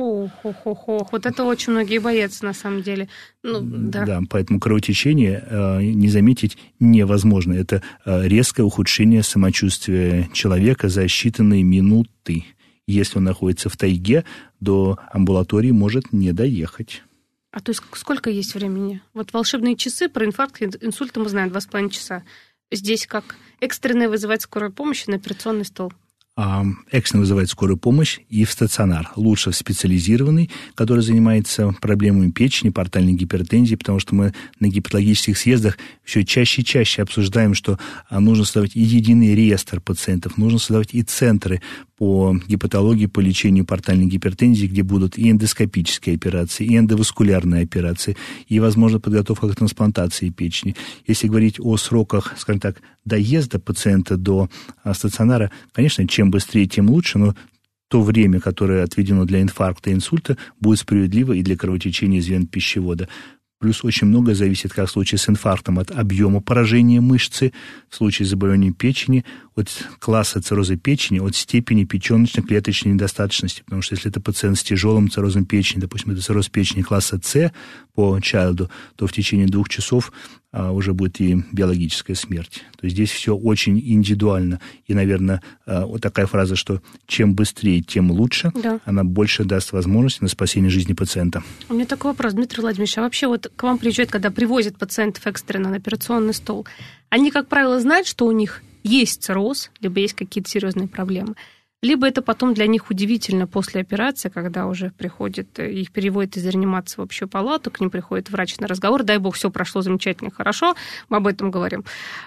Вот это очень многие боятся, на самом деле. Да,
поэтому кровотечение не заметить невозможно. Это резкое ухудшение самочувствия человека за считанные минуты. Если он находится в тайге, до амбулатории может не доехать.
А то есть сколько есть времени? Вот волшебные часы, про инфаркт, инсульт мы знаем, 2,5 часа. Здесь как? Экстренное вызывать скорую помощь на операционный стол?
Экстренно вызывает скорую помощь и в стационар. Лучше в специализированный, который занимается проблемами печени, портальной гипертензии, потому что мы на гепатологических съездах все чаще и чаще обсуждаем, что нужно создавать и единый реестр пациентов, нужно создавать и центры по гепатологии, по лечению портальной гипертензии, где будут и эндоскопические операции, и эндоваскулярные операции, и, возможно, подготовка к трансплантации печени. Если говорить о сроках, скажем так, доезда пациента до стационара, конечно, чем быстрее, тем лучше, но то время, которое отведено для инфаркта и инсульта, будет справедливо и для кровотечения из вен пищевода. Плюс очень многое зависит, как в случае с инфарктом, от объема поражения мышцы, в случае с заболеванием печени, от класса цирроза печени, от степени печеночно-клеточной недостаточности. Потому что если это пациент с тяжелым циррозом печени, допустим, это цирроз печени класса С по Чайлду, то в течение 2 часов уже будет и биологическая смерть. То есть здесь все очень индивидуально. И, наверное, вот такая фраза, что чем быстрее, тем лучше, да, она больше даст возможность на спасение жизни пациента.
У меня такой вопрос, Дмитрий Владимирович, а вообще вот к вам приезжают, когда привозят пациентов экстренно на операционный стол, они, как правило, знают, что у них есть цирроз, либо есть какие-то серьезные проблемы. либо это потом для них удивительно после операции, когда уже приходит, их переводят из реанимации в общую палату, к ним приходит врач на разговор, дай бог, все прошло замечательно, хорошо, мы об этом говорим.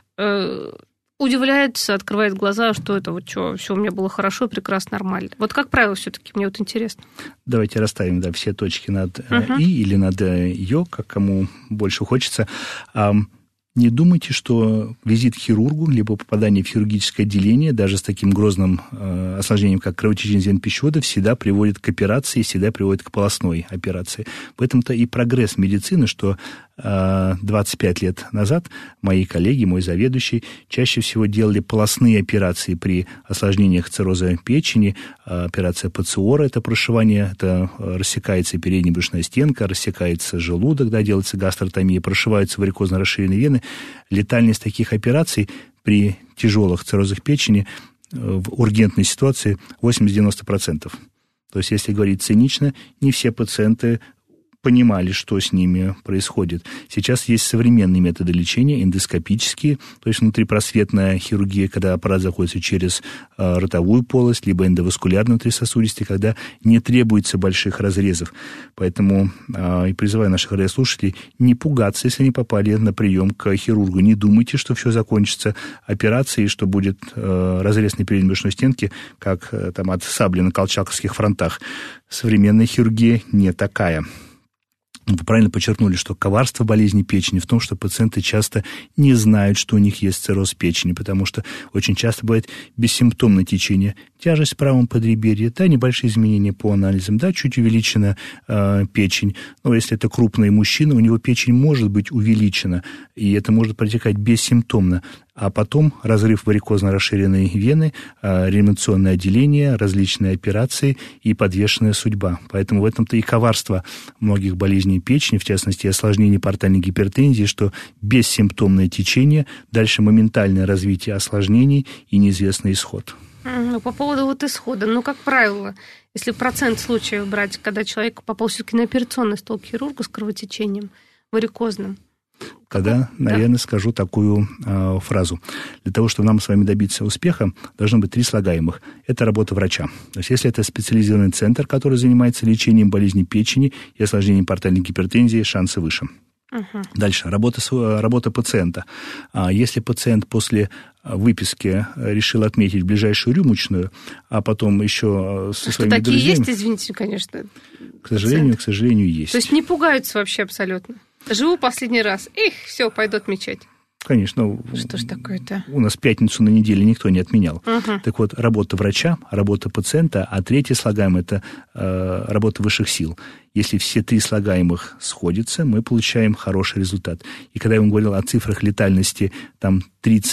Удивляется, открывает глаза, что это вот что, все у меня было хорошо, прекрасно, нормально. Вот как правило все-таки, мне вот интересно.
Давайте расставим все точки над «и» или над «ё», как кому больше хочется. Не думайте, что визит к хирургу, либо попадание в хирургическое отделение, даже с таким грозным осложнением, как кровотечение звен пищевода, всегда приводит к операции, всегда приводит к полостной операции. В этом-то и прогресс медицины, что 25 лет назад мои коллеги, мой заведующий, чаще всего делали полостные операции при осложнениях цирроза печени. Операция ПЦОР – это прошивание, это рассекается передняя брюшная стенка, рассекается желудок, да, делается гастротомия, прошиваются варикозно расширенные вены. Летальность таких операций при тяжелых циррозах печени в ургентной ситуации 80-90%. То есть, если говорить цинично, не все пациенты понимали, что с ними происходит. Сейчас есть современные методы лечения, эндоскопические, то есть внутрипросветная хирургия, когда аппарат заходит через ротовую полость, либо эндоваскулярную внутрисосудистую, когда не требуется больших разрезов. Поэтому и призываю наших радиослушателей не пугаться, если они попали на прием к хирургу. Не думайте, что все закончится операцией, что будет разрез на передней брюшной стенке, как там от сабли на колчаковских фронтах. Современная хирургия не такая. Вы правильно подчеркнули, что коварство болезни печени в том, что пациенты часто не знают, что у них есть цирроз печени, потому что очень часто бывает бессимптомное течение, тяжесть в правом подреберье, да, небольшие изменения по анализам, да, чуть увеличена печень. Но если это крупный мужчина, у него печень может быть увеличена, и это может протекать бессимптомно. А потом разрыв варикозно расширенной вены, реанимационное отделение, различные операции и подвешенная судьба. Поэтому в этом-то и коварство многих болезней печени, в частности, осложнений портальной гипертензии, что бессимптомное течение, дальше моментальное развитие осложнений и неизвестный исход.
По поводу вот исхода, как правило, если процент случаев брать, когда человек попал все-таки на операционный стол к хирургу с кровотечением варикозным,
тогда, наверное, скажу такую фразу. Для того, чтобы нам с вами добиться успеха, должно быть 3 слагаемых. Это работа врача. То есть, если это специализированный центр, который занимается лечением болезни печени и осложнений портальной гипертензии, шансы выше. Дальше. Работа пациента. Если пациент после выписки решил отметить ближайшую рюмочную, а потом еще со своими
такие
друзьями...
есть, извините, конечно.
К сожалению, есть.
То есть не пугаются вообще абсолютно? Живу последний раз. Все, пойду отмечать.
Конечно.
Что ж такое-то?
У нас пятницу на неделе никто не отменял. Так вот, работа врача, работа пациента, а 3 слагаемое – это работа высших сил. Если все 3 слагаемых сходятся, мы получаем хороший результат. И когда я вам говорил о цифрах летальности, там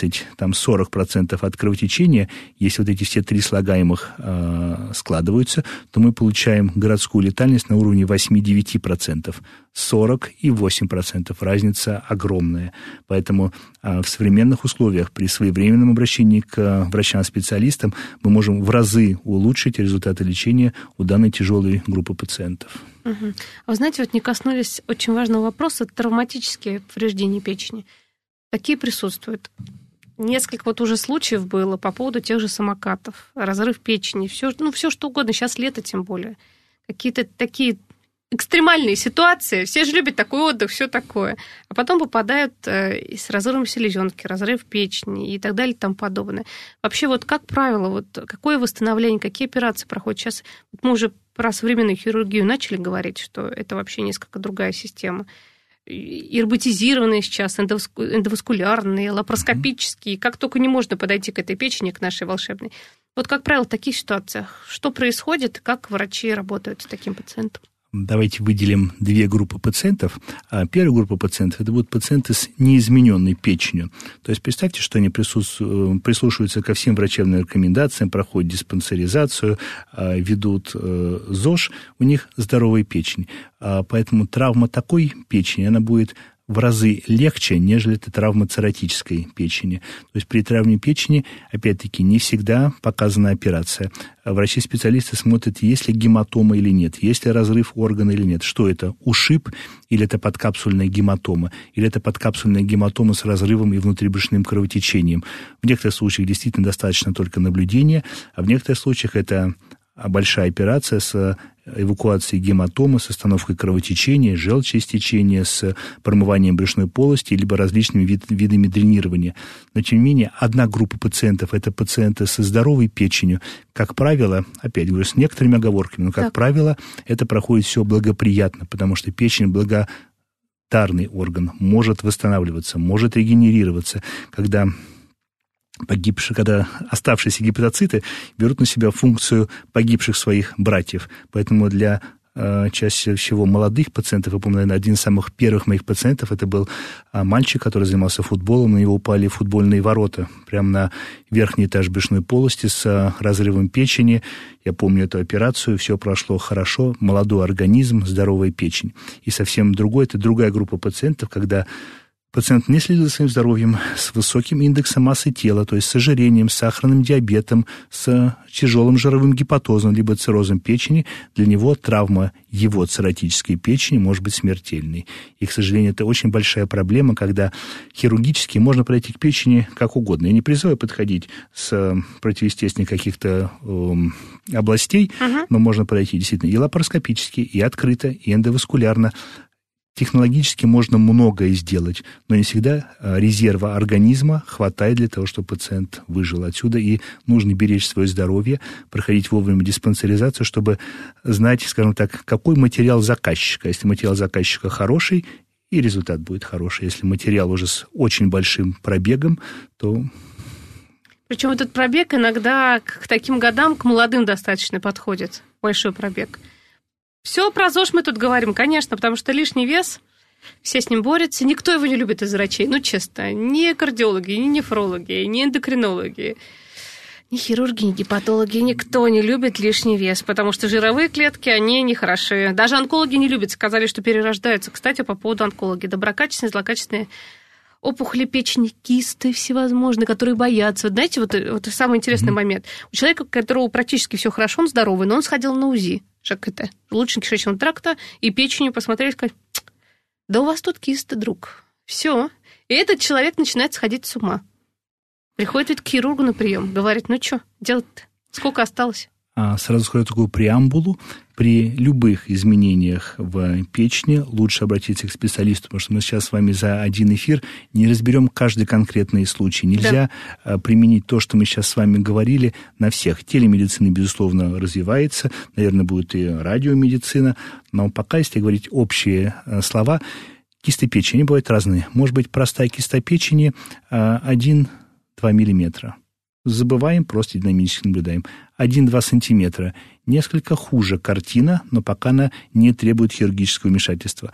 30-40% от кровотечения, если вот эти все 3 слагаемых складываются, то мы получаем городскую летальность на уровне 8-9%. 40 и 8%. Разница огромная. Поэтому в современных условиях при своевременном обращении к врачам-специалистам мы можем в разы улучшить результаты лечения у данной тяжелой группы пациентов.
А вы знаете, вот не коснулись очень важного вопроса – травматические повреждения печени. Такие присутствуют. Несколько вот уже случаев было по поводу тех же самокатов, разрыв печени, все что угодно, сейчас лето тем более. Какие-то такие экстремальные ситуации, все же любят такой отдых, все такое. А потом попадают с разрывом селезенки, разрыв печени и так далее и тому подобное. Вообще, вот как правило, вот какое восстановление, какие операции проходят? Сейчас мы уже про современную хирургию начали говорить, что это вообще несколько другая система. И роботизированные сейчас, эндоваскулярные, лапароскопические, как только не можно подойти к этой печени, к нашей волшебной. Вот, как правило, в таких ситуациях что происходит, как врачи работают с таким пациентом?
Давайте выделим 2 группы пациентов. Первая группа пациентов – это будут пациенты с неизмененной печенью. То есть представьте, что они прислушиваются ко всем врачебным рекомендациям, проходят диспансеризацию, ведут ЗОЖ, у них здоровая печень. Поэтому травма такой печени, она будет в разы легче, нежели это травма цирротической печени. То есть при травме печени, опять-таки, не всегда показана операция. Врачи-специалисты смотрят, есть ли гематома или нет, есть ли разрыв органа или нет. Что это? Ушиб или это подкапсульная гематома? Или это подкапсульная гематома с разрывом и внутрибрюшным кровотечением? В некоторых случаях действительно достаточно только наблюдения, а в некоторых случаях это большая операция с эвакуацией гематомы, с остановкой кровотечения, желчеистечения, с промыванием брюшной полости, либо различными видами дренирования. Но, тем не менее, одна группа пациентов – это пациенты со здоровой печенью. Как правило, опять говорю, с некоторыми оговорками, но, как правило, это проходит все благоприятно, потому что печень благодарный орган, может восстанавливаться, может регенерироваться, когда оставшиеся гепатоциты берут на себя функцию погибших своих братьев. Поэтому для чаще всего молодых пациентов, я помню, наверное, один из самых первых моих пациентов, это был мальчик, который занимался футболом, на него упали футбольные ворота прямо на верхний этаж брюшной полости с разрывом печени. Я помню эту операцию, все прошло хорошо, молодой организм, здоровая печень. И совсем другой, это другая группа пациентов, когда пациент не следил за своим здоровьем, с высоким индексом массы тела, то есть с ожирением, с сахарным диабетом, с тяжелым жировым гепатозом, либо циррозом печени. Для него травма его цирротической печени может быть смертельной. И, к сожалению, это очень большая проблема, когда хирургически можно подойти к печени как угодно. Я не призываю подходить с противоестественных каких-то областей, но можно подойти действительно и лапароскопически, и открыто, и эндоваскулярно. Технологически можно многое сделать, но не всегда резерва организма хватает для того, чтобы пациент выжил. Отсюда и нужно беречь свое здоровье, проходить вовремя диспансеризацию, чтобы знать, скажем так, какой материал заказчика. Если материал заказчика хороший, и результат будет хороший. Если материал уже с очень большим пробегом, то...
Причем этот пробег иногда к таким годам, к молодым достаточно подходит. Большой пробег. Все про ЗОЖ мы тут говорим, конечно, потому что лишний вес, все с ним борются, никто его не любит из врачей, ну, честно, ни кардиологи, ни нефрологи, ни эндокринологи, ни хирурги, ни гепатологи, никто не любит лишний вес, потому что жировые клетки, они нехороши. Даже онкологи не любят, сказали, что перерождаются. Кстати, по поводу онкологии, доброкачественные, злокачественные опухоли печени, кисты всевозможные, которые боятся. Вот знаете, вот самый интересный момент. У человека, у которого практически все хорошо, он здоровый, но он сходил на УЗИ, ЖКТ, желудочно-кишечного тракта, и печенью посмотрели, сказали, да у вас тут кисты, друг. Все. И этот человек начинает сходить с ума. Приходит ведь к хирургу на прием, говорит, ну что, делать-то? Сколько осталось?
Сразу скажу такую преамбулу. При любых изменениях в печени лучше обратиться к специалисту, потому что мы сейчас с вами за один эфир не разберем каждый конкретный случай. Нельзя применить то, что мы сейчас с вами говорили, на всех. Телемедицина, безусловно, развивается, наверное, будет и радиомедицина, но пока, если говорить общие слова, кисты печени бывают разные. Может быть, простая киста печени 1-2 миллиметра. Забываем, просто динамически наблюдаем. 1-2 сантиметра. Несколько хуже картина, но пока она не требует хирургического вмешательства.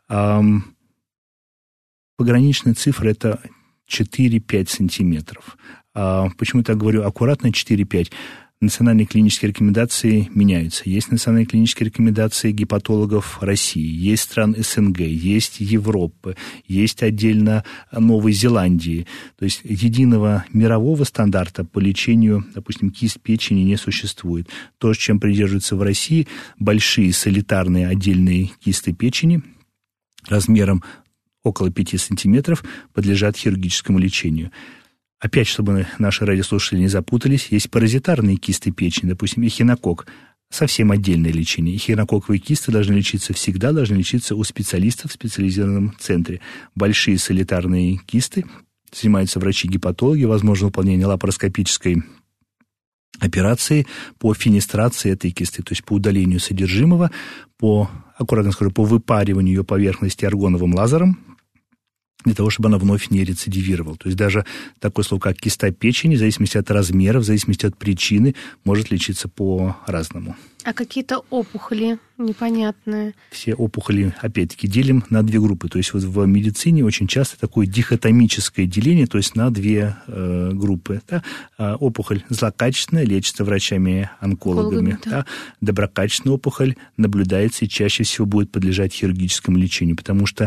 Пограничная цифра – это 4-5 сантиметров. Почему я так говорю аккуратно 4-5? Национальные клинические рекомендации меняются. Есть национальные клинические рекомендации гепатологов России, есть стран СНГ, есть Европы, есть отдельно Новой Зеландии. То есть единого мирового стандарта по лечению, допустим, кист печени не существует. То, чем придерживаются в России, большие солитарные отдельные кисты печени размером около 5 сантиметров подлежат хирургическому лечению. Опять, чтобы наши радиослушатели не запутались, есть паразитарные кисты печени, допустим, эхинококк. Совсем отдельное лечение. Эхинококковые кисты должны лечиться всегда, должны лечиться у специалистов в специализированном центре. Большие солитарные кисты занимаются врачи-гепатологи, возможно выполнение лапароскопической операции по фенестрации этой кисты, то есть по удалению содержимого, аккуратно скажу, по выпариванию ее поверхности аргоновым лазером, для того, чтобы она вновь не рецидивировала. То есть даже такое слово, как киста печени, в зависимости от размера, в зависимости от причины, может лечиться по-разному.
А какие-то опухоли непонятные? Все
опухоли, опять-таки, делим на две группы. То есть вот в медицине очень часто такое дихотомическое деление, то есть на две группы. Да? Опухоль злокачественная лечится врачами-онкологами. Да? Доброкачественная опухоль наблюдается и чаще всего будет подлежать хирургическому лечению, потому что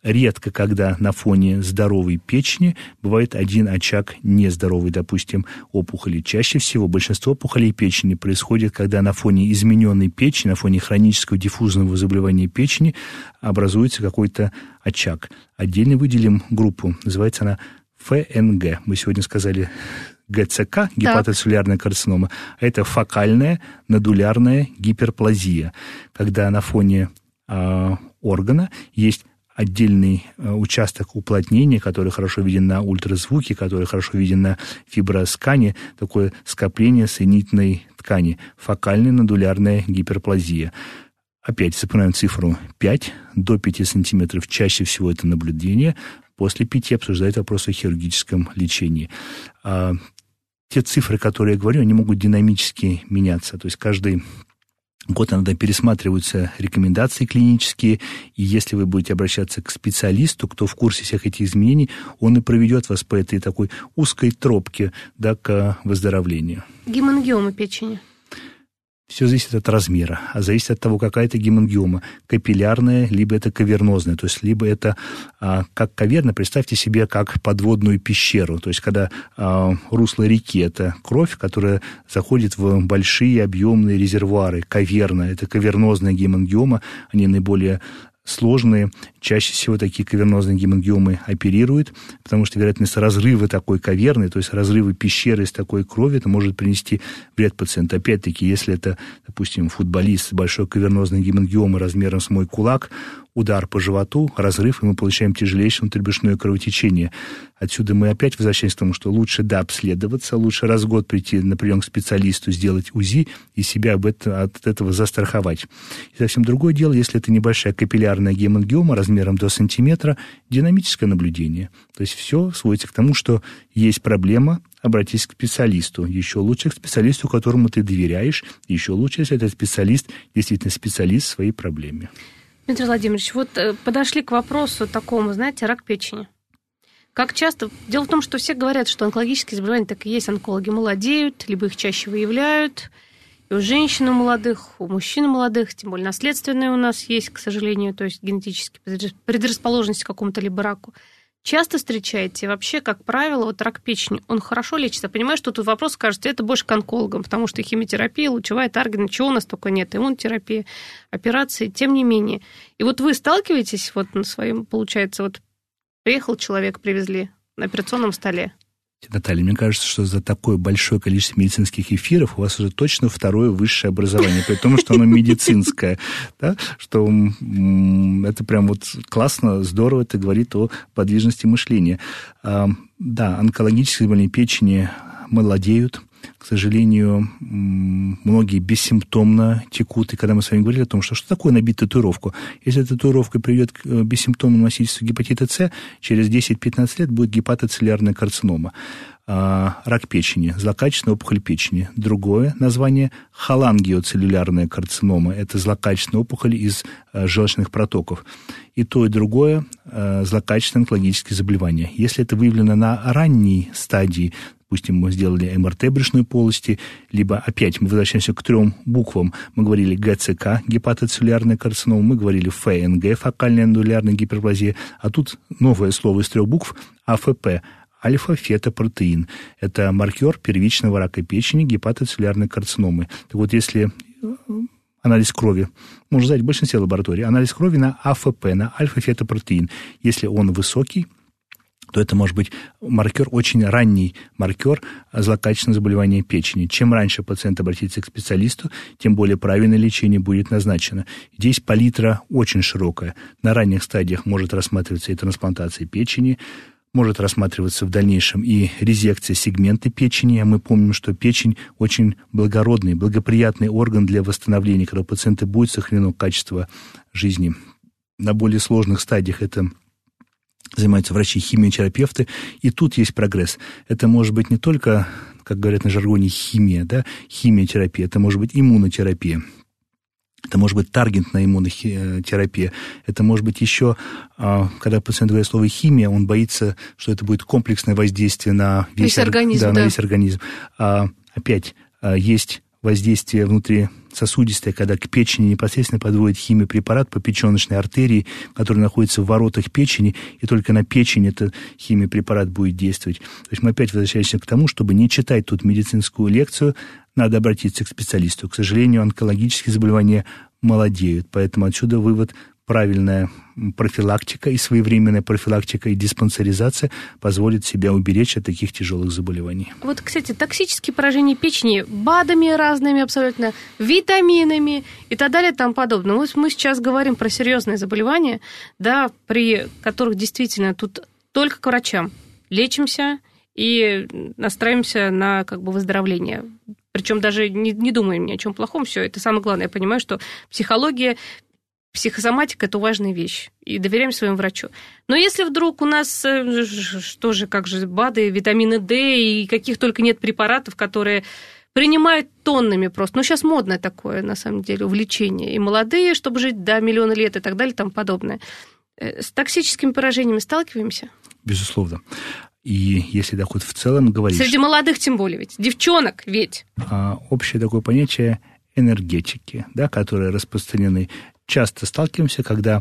редко, когда на фоне здоровой печени бывает один очаг нездоровый, допустим, опухоли. Чаще всего большинство опухолей печени происходит, когда на фоне измененной печени, на фоне хронического диффузного заболевания печени образуется какой-то очаг. Отдельно выделим группу, называется она ФНГ. Мы сегодня сказали ГЦК, гепатоцеллюлярная карцинома, а это фокальная нодулярная гиперплазия, когда на фоне органа есть отдельный участок уплотнения, который хорошо виден на ультразвуке, который хорошо виден на фиброскане, такое скопление соединительной ткани, фокальная нодулярная гиперплазия. Опять запоминаем цифру 5, до 5 сантиметров, чаще всего это наблюдение, после 5 обсуждают вопрос о хирургическом лечении. Те цифры, которые я говорю, они могут динамически меняться, то есть каждый год иногда пересматриваются рекомендации клинические, и если вы будете обращаться к специалисту, кто в курсе всех этих изменений, он и проведет вас по этой такой узкой тропке, да, к выздоровлению.
Гемангиома печени.
Все зависит от размера, а зависит от того, какая это гемангиома, капиллярная, либо это кавернозная, то есть либо это, как каверна, представьте себе как подводную пещеру, то есть когда русло реки – это кровь, которая заходит в большие объемные резервуары, каверна, это кавернозная гемангиома, они наиболее сложные, чаще всего такие кавернозные гемангиомы оперируют, потому что вероятность разрыва такой каверны, то есть разрыва пещеры из такой крови, это может принести вред пациенту. Опять-таки, если это, допустим, футболист с большой кавернозной гемангиомой размером с мой кулак, удар по животу, разрыв, и мы получаем тяжелейшее внутрибрюшное кровотечение. Отсюда мы опять возвращаемся к тому, что лучше, обследоваться, лучше раз в год прийти на прием к специалисту, сделать УЗИ и себя от этого застраховать. И совсем другое дело, если это небольшая капиллярная гемангиома размером до сантиметра, динамическое наблюдение. То есть все сводится к тому, что есть проблема, обратись к специалисту. Еще лучше к специалисту, которому ты доверяешь. Еще лучше, если этот специалист действительно специалист в своей проблеме.
Дмитрий Владимирович, вот подошли к вопросу такому, знаете, рак печени. Как часто... Дело в том, что все говорят, что онкологические заболевания так и есть, онкологи молодеют, либо их чаще выявляют. И у женщин молодых, у мужчин молодых, тем более наследственные у нас есть, к сожалению, то есть генетически предрасположенность к какому-то либо раку. Часто встречаете, вообще, как правило, вот рак печени, он хорошо лечится? Понимаю, что тут вопрос, кажется, это больше к онкологам, потому что химиотерапия, лучевая, таргетная, чего у нас только нет, иммунотерапия, операции, тем не менее. И вот вы сталкиваетесь вот на своем, получается, вот приехал человек, привезли на операционном столе.
Наталья, мне кажется, что за такое большое количество медицинских эфиров у вас уже точно второе высшее образование, при том, что оно медицинское, да? Что это прям вот классно, здорово, это говорит о подвижности мышления. Да, онкологические заболевания печени молодеют. К сожалению, многие бессимптомно текут. И когда мы с вами говорили о том, что такое набить татуировку, если татуировка приведет к бессимптомному носительству гепатита С, через 10-15 лет будет гепатоцеллюлярная карцинома. Рак печени, злокачественная опухоль печени. Другое название – холангиоцеллюлярная карцинома. Это злокачественная опухоль из желчных протоков. И то, и другое злокачественные онкологические заболевания. Если это выявлено на ранней стадии, допустим, мы сделали МРТ брюшной полости, либо опять мы возвращаемся к 3 буквам. Мы говорили ГЦК, гепатоцеллюлярная карцинома, мы говорили ФНГ, фокальная нодулярная гиперплазия, а тут новое слово из 3 букв – АФП. Альфа-фетопротеин. Это маркер первичного рака печени, гепатоцеллюлярной карциномы. Так вот, если анализ крови, можно сдать в большинстве лабораторий, анализ крови на АФП, на альфа-фетопротеин, если он высокий, то это может быть маркер, очень ранний маркер злокачественного заболевания печени. Чем раньше пациент обратится к специалисту, тем более правильное лечение будет назначено. Здесь палитра очень широкая. На ранних стадиях может рассматриваться и трансплантация печени, может рассматриваться в дальнейшем и резекция сегмента печени. А мы помним, что печень очень благородный, благоприятный орган для восстановления, когда у пациента будет сохранено качество жизни. На более сложных стадиях это занимаются врачи-химиотерапевты, и тут есть прогресс. Это может быть не только, как говорят на жаргоне, химия, да, химиотерапия, это может быть иммунотерапия. Это может быть таргетная иммунотерапия. Это может быть еще, когда пациент говорит слово «химия», он боится, что это будет комплексное воздействие на весь организм.
Да,
на весь организм. Опять есть воздействие внутрисосудистое, когда к печени непосредственно подводит химиопрепарат по печеночной артерии, который находится в воротах печени, и только на печень этот химиопрепарат будет действовать. То есть мы опять возвращаемся к тому, чтобы не читать тут медицинскую лекцию, надо обратиться к специалисту. К сожалению, онкологические заболевания молодеют, поэтому отсюда вывод: правильная профилактика и своевременная профилактика и диспансеризация позволит себя уберечь от таких тяжелых заболеваний.
Вот, кстати, токсические поражения печени БАДами разными абсолютно, витаминами и так далее и тому подобное. Вот мы сейчас говорим про серьезные заболевания, да, при которых действительно тут только к врачам лечимся и настраиваемся на выздоровление. Причем даже не думаем ни о чем плохом, все это самое главное. Я понимаю, что психология, психосоматика – это важная вещь, и доверяем своему врачу. Но если вдруг у нас, как же БАДы, витамины D и каких только нет препаратов, которые принимают тоннами просто. Сейчас модное такое, на самом деле, увлечение. И молодые, чтобы жить до миллиона лет и так далее, и тому подобное. С токсическими поражениями сталкиваемся?
Безусловно. И если так вот в целом говорить...
Среди молодых тем более ведь, девчонок ведь.
Общее такое понятие энергетики, да, которые распространены. Часто сталкиваемся, когда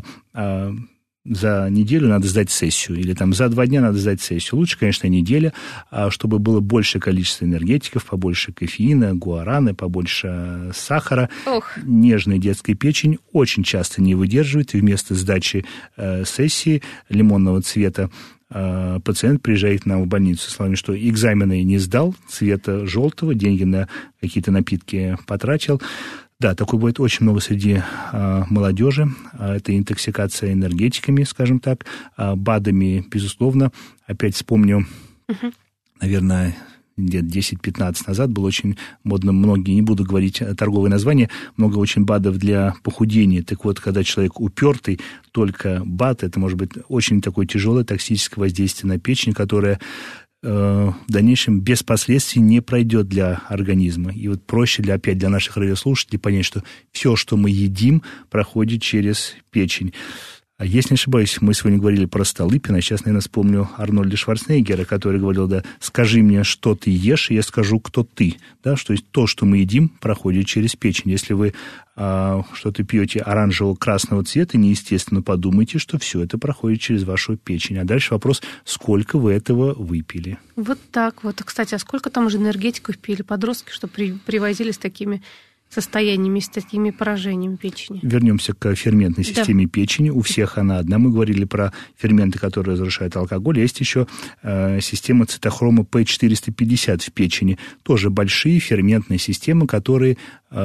за неделю надо сдать сессию, или там за 2 дня надо сдать сессию. Лучше, конечно, неделя, чтобы было большее количество энергетиков, побольше кофеина, гуараны, побольше сахара. Нежная детская печень очень часто не выдерживает, и вместо сдачи сессии лимонного цвета пациент приезжает к нам в больницу с словами, что экзамены не сдал, цвета желтого, деньги на какие-то напитки потратил. Да, такое бывает очень много среди молодежи. Это интоксикация энергетиками, скажем так, БАДами, безусловно. Опять вспомню, наверное, лет 10-15 назад было очень модно, многие, не буду говорить торговые названия, много очень БАДов для похудения. Так вот, когда человек упертый, только БАД, это может быть очень такое тяжелое токсическое воздействие на печень, которое в дальнейшем без последствий не пройдет для организма. И вот проще для наших радиослушателей понять, что все, что мы едим, проходит через печень. Если не ошибаюсь, мы сегодня говорили про Столыпина, сейчас, наверное, вспомню Арнольда Шварценеггера, который говорил, да, скажи мне, что ты ешь, и я скажу, кто ты. Да, что есть то, что мы едим, проходит через печень. Если вы что-то пьете оранжево-красного цвета, неестественно, подумайте, что все это проходит через вашу печень. А дальше вопрос, сколько вы этого выпили.
Вот так вот. Кстати, а сколько там уже энергетиков пили подростки, что привозили с такими состояниями, с такими поражениями печени?
Вернемся к ферментной системе печени. У всех она одна. Мы говорили про ферменты, которые разрушают алкоголь. Есть еще система цитохрома P450 в печени. Тоже большие ферментные системы, которые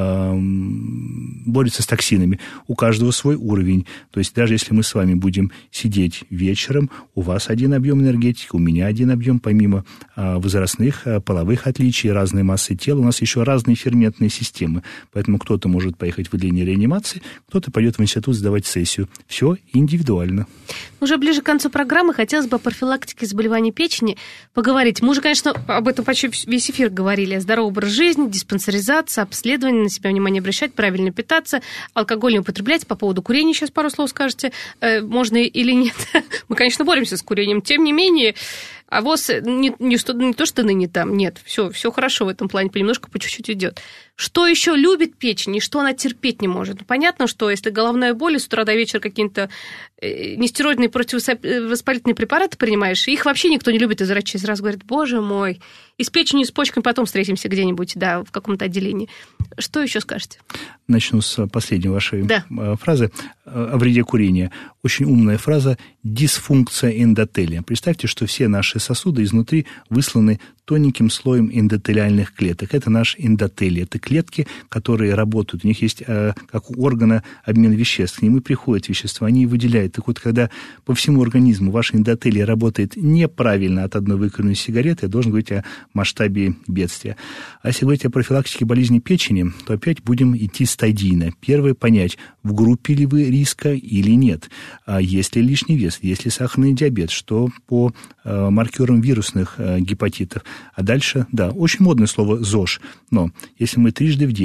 борются с токсинами. У каждого свой уровень. То есть даже если мы с вами будем сидеть вечером, у вас один объем энергетики, у меня один объем, помимо возрастных, половых отличий, разной массы тела, у нас еще разные ферментные системы. Поэтому кто-то может поехать в отделение реанимации, кто-то пойдет в институт сдавать сессию. Все индивидуально.
Уже ближе к концу программы хотелось бы о профилактике заболеваний печени поговорить. Мы уже, конечно, об этом почти весь эфир говорили. Здоровый образ жизни, диспансеризация, обследование, на себя внимание обращать, правильно питаться, алкоголь не употреблять. По поводу курения сейчас пару слов скажете, можно или нет. Мы, конечно, боремся с курением. Тем не менее, АВОЗ не то, что ныне там, нет, все хорошо в этом плане, понемножку, по чуть-чуть идет. Что еще любит печень и что она терпеть не может? Ну, понятно, что если головная боль, с утра до вечера какие-то нестероидные противовоспалительные препараты принимаешь, их вообще никто не любит из врачей. Сразу говорят, боже мой, и с печенью, и с почками потом встретимся где-нибудь, да, в каком-то отделении. Что еще скажете?
Начну с последней вашей фразы о вреде курения. Очень умная фраза «дисфункция эндотелия». Представьте, что все наши сосуды изнутри высланы тоненьким слоем эндотелиальных клеток. Это наш эндотелий. Это клетки, которые работают. У них есть, как у органа, обмен веществ. К ним и приходят вещества, они и выделяют. Так вот, когда по всему организму ваш эндотелий работает неправильно от одной выкуренной сигареты, я должен говорить о масштабе бедствия. А если говорить о профилактике болезни печени, то опять будем идти стадийно. Первое — понять, в группе ли вы риска или нет. Есть ли лишний вес, есть ли сахарный диабет, что по маркерам вирусных гепатитов. А дальше, да, очень модное слово ЗОЖ, но если мы 3 раза в день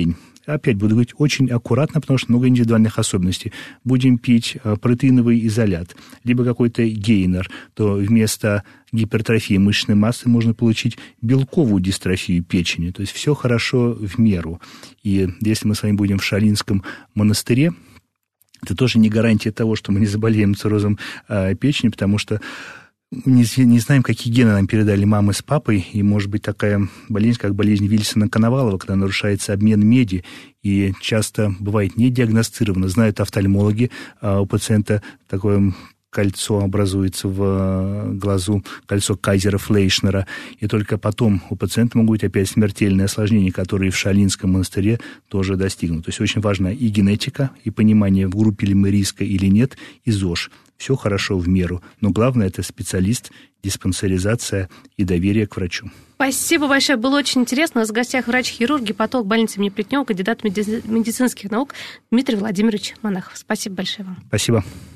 опять буду говорить очень аккуратно, потому что много индивидуальных особенностей. Будем пить протеиновый изолят, либо какой-то гейнер, то вместо гипертрофии мышечной массы можно получить белковую дистрофию печени. То есть все хорошо в меру. И если мы с вами будем в Шаолиньском монастыре, это тоже не гарантия того, что мы не заболеем циррозом печени, потому что не знаем, какие гены нам передали мамы с папой, и может быть такая болезнь, как болезнь Вильсона-Коновалова, когда нарушается обмен меди, и часто бывает не диагностировано. Знают офтальмологи, у пациента такое кольцо образуется в глазу, кольцо Кайзера-Флейшнера, и только потом у пациента могут быть опять смертельные осложнения, которые в Шаолиньском монастыре тоже достигнут. То есть очень важна и генетика, и понимание, в группе ли мы риска или нет, и ЗОЖ. Все хорошо в меру, но главное – это специалист, диспансеризация и доверие к врачу.
Спасибо большое, было очень интересно. У нас в гостях врач-хирург, гепатолог больницы имени Плетнева, кандидат медицинских наук Дмитрий Владимирович Монахов. Спасибо большое вам.
Спасибо.